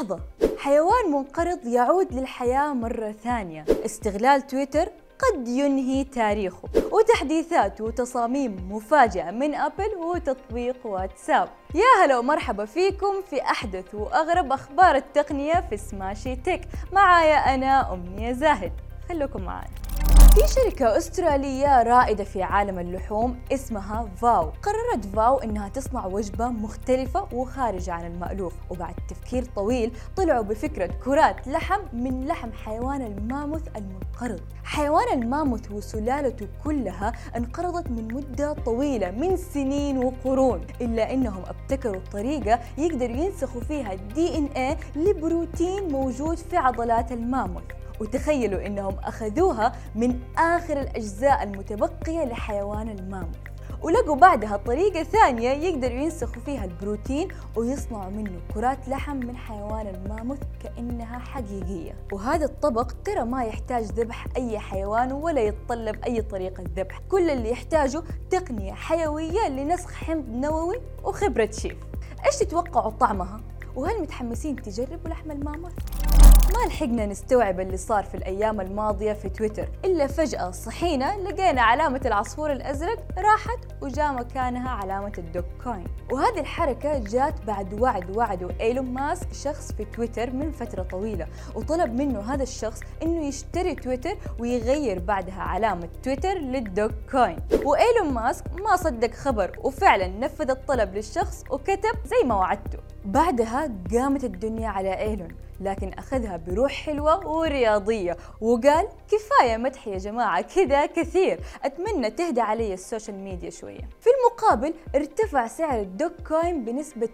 لحظة، حيوان منقرض يعود للحياة مرة ثانية. استغلال تويتر قد ينهي تاريخه، وتحديثات وتصاميم مفاجئة من أبل وتطبيق واتساب. يا هلا ومرحبا فيكم في أحدث وأغرب أخبار التقنية في سماشي تك. معايا أنا أمنية زاهد، خلوكم معايا. في شركة أسترالية رائدة في عالم اللحوم اسمها فاو. قررت فاو إنها تصنع وجبة مختلفة وخارجة عن المألوف، وبعد تفكير طويل طلعوا بفكرة كرات لحم من لحم حيوان الماموث المنقرض. حيوان الماموث وسلالته كلها انقرضت من مدة طويلة من سنين وقرون، إلا إنهم ابتكروا طريقة يقدروا ينسخوا فيها DNA لبروتين موجود في عضلات الماموث. وتخيلوا إنهم أخذوها من آخر الأجزاء المتبقية لحيوان الماموث، ولقوا بعدها طريقة ثانية يقدروا ينسخوا فيها البروتين ويصنعوا منه كرات لحم من حيوان الماموث كأنها حقيقية. وهذا الطبق ترى ما يحتاج ذبح أي حيوان ولا يتطلب أي طريقة ذبح، كل اللي يحتاجه تقنية حيوية لنسخ حمض نووي وخبرة شيف. إيش تتوقعوا طعمها؟ وهل متحمسين تجربوا لحم الماموث؟ ما لحقنا نستوعب اللي صار في الأيام الماضية في تويتر، إلا فجأة صحينا لقينا علامة العصفور الأزرق راحت وجاء مكانها علامة الدوج كوين. وهذه الحركة جات بعد وعده إيلون ماسك شخص في تويتر من فترة طويلة، وطلب منه هذا الشخص إنه يشتري تويتر ويغير بعدها علامة تويتر للدوج كوين. وإيلون ماسك ما صدق خبر، وفعلا نفذ الطلب للشخص وكتب زي ما وعدته. بعدها قامت الدنيا على إيلون، لكن أخذها بروح حلوة ورياضية وقال كفاية مدح يا جماعة، كذا كثير، أتمنى تهدى علي السوشيال ميديا شوية. في المقابل ارتفع سعر الدوج كوين بنسبة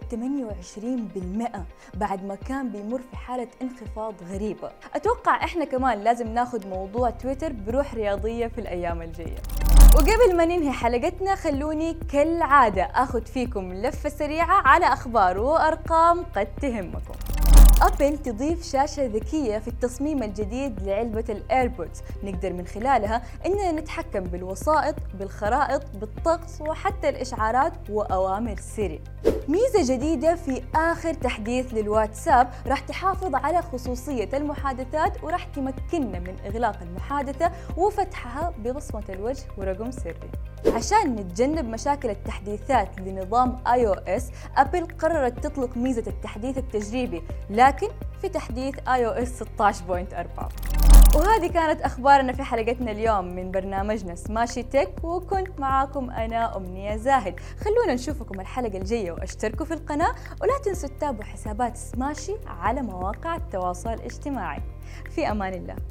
28% بعد ما كان بيمر في حالة انخفاض غريبة. أتوقع إحنا كمان لازم ناخد موضوع تويتر بروح رياضية في الأيام الجاية. وقبل ما ننهي حلقتنا خلوني كالعادة أخذ فيكم لفة سريعة على أخبار وأرقام قد تهمكم. أبل تضيف شاشة ذكية في التصميم الجديد لعلبة الإيربودز، نقدر من خلالها إننا نتحكم بالوسائط، بالخرائط، بالطقس، وحتى الإشعارات وأوامر سيري. ميزة جديدة في آخر تحديث للواتساب راح تحافظ على خصوصية المحادثات، وراح تمكننا من إغلاق المحادثة وفتحها ببصمة الوجه ورقم سري. عشان نتجنب مشاكل التحديثات لنظام iOS، أبل قررت تطلق ميزة التحديث التجريبي، لكن في تحديث iOS 16.4. وهذه كانت أخبارنا في حلقتنا اليوم من برنامجنا سماشي تك، وكنت معاكم أنا أمنية زاهد. خلونا نشوفكم الحلقة الجاية، واشتركوا في القناة، ولا تنسوا تتابعوا حسابات سماشي على مواقع التواصل الاجتماعي. في أمان الله.